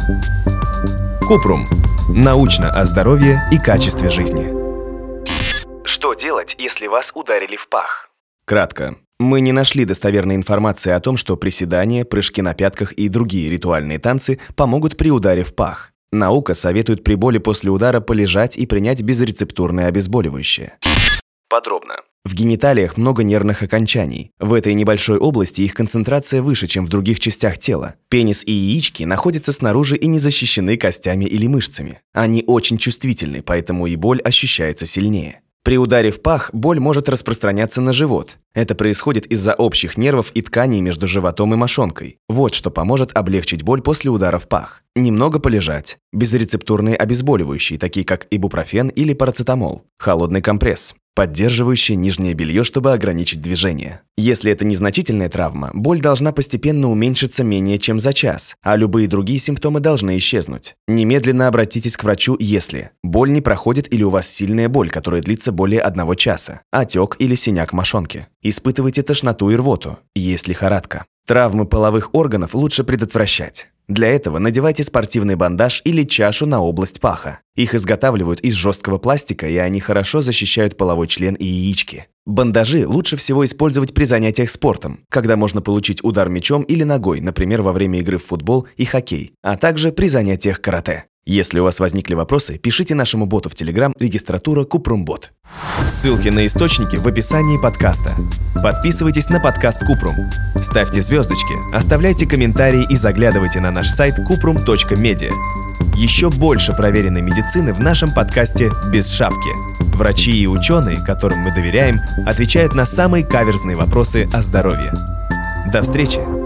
Купрум. Научно о здоровье и качестве жизни. Что делать, если вас ударили в пах? Кратко. Мы не нашли достоверной информации о том, что приседания, прыжки на пятках и другие ритуальные танцы помогут при ударе в пах. Наука советует при боли после удара полежать и принять безрецептурное обезболивающее. Подробно. В гениталиях много нервных окончаний. В этой небольшой области их концентрация выше, чем в других частях тела. Пенис и яички находятся снаружи и не защищены костями или мышцами. Они очень чувствительны, поэтому и боль ощущается сильнее. При ударе в пах боль может распространяться на живот. Это происходит из-за общих нервов и тканей между животом и мошонкой. Вот что поможет облегчить боль после удара в пах. Немного полежать. Безрецептурные обезболивающие, такие как ибупрофен или парацетамол. Холодный компресс. Поддерживающее нижнее белье, чтобы ограничить движение. Если это незначительная травма, боль должна постепенно уменьшиться менее чем за час, а любые другие симптомы должны исчезнуть. Немедленно обратитесь к врачу, если боль не проходит или у вас сильная боль, которая длится более 1 часа, отек или синяк мошонки. Испытываете тошноту и рвоту, есть лихорадка. Травмы половых органов лучше предотвращать. Для этого надевайте спортивный бандаж или чашу на область паха. Их изготавливают из жесткого пластика, и они хорошо защищают половой член и яички. Бандажи лучше всего использовать при занятиях спортом, когда можно получить удар мячом или ногой, например, во время игры в футбол и хоккей, а также при занятиях карате. Если у вас возникли вопросы, пишите нашему боту в Telegram регистратура Купрумбот. Ссылки на источники в описании подкаста. Подписывайтесь на подкаст Купрум. Ставьте звездочки, оставляйте комментарии и заглядывайте на наш сайт kuprum.media. Еще больше проверенной медицины в нашем подкасте «Без шапки». Врачи и ученые, которым мы доверяем, отвечают на самые каверзные вопросы о здоровье. До встречи!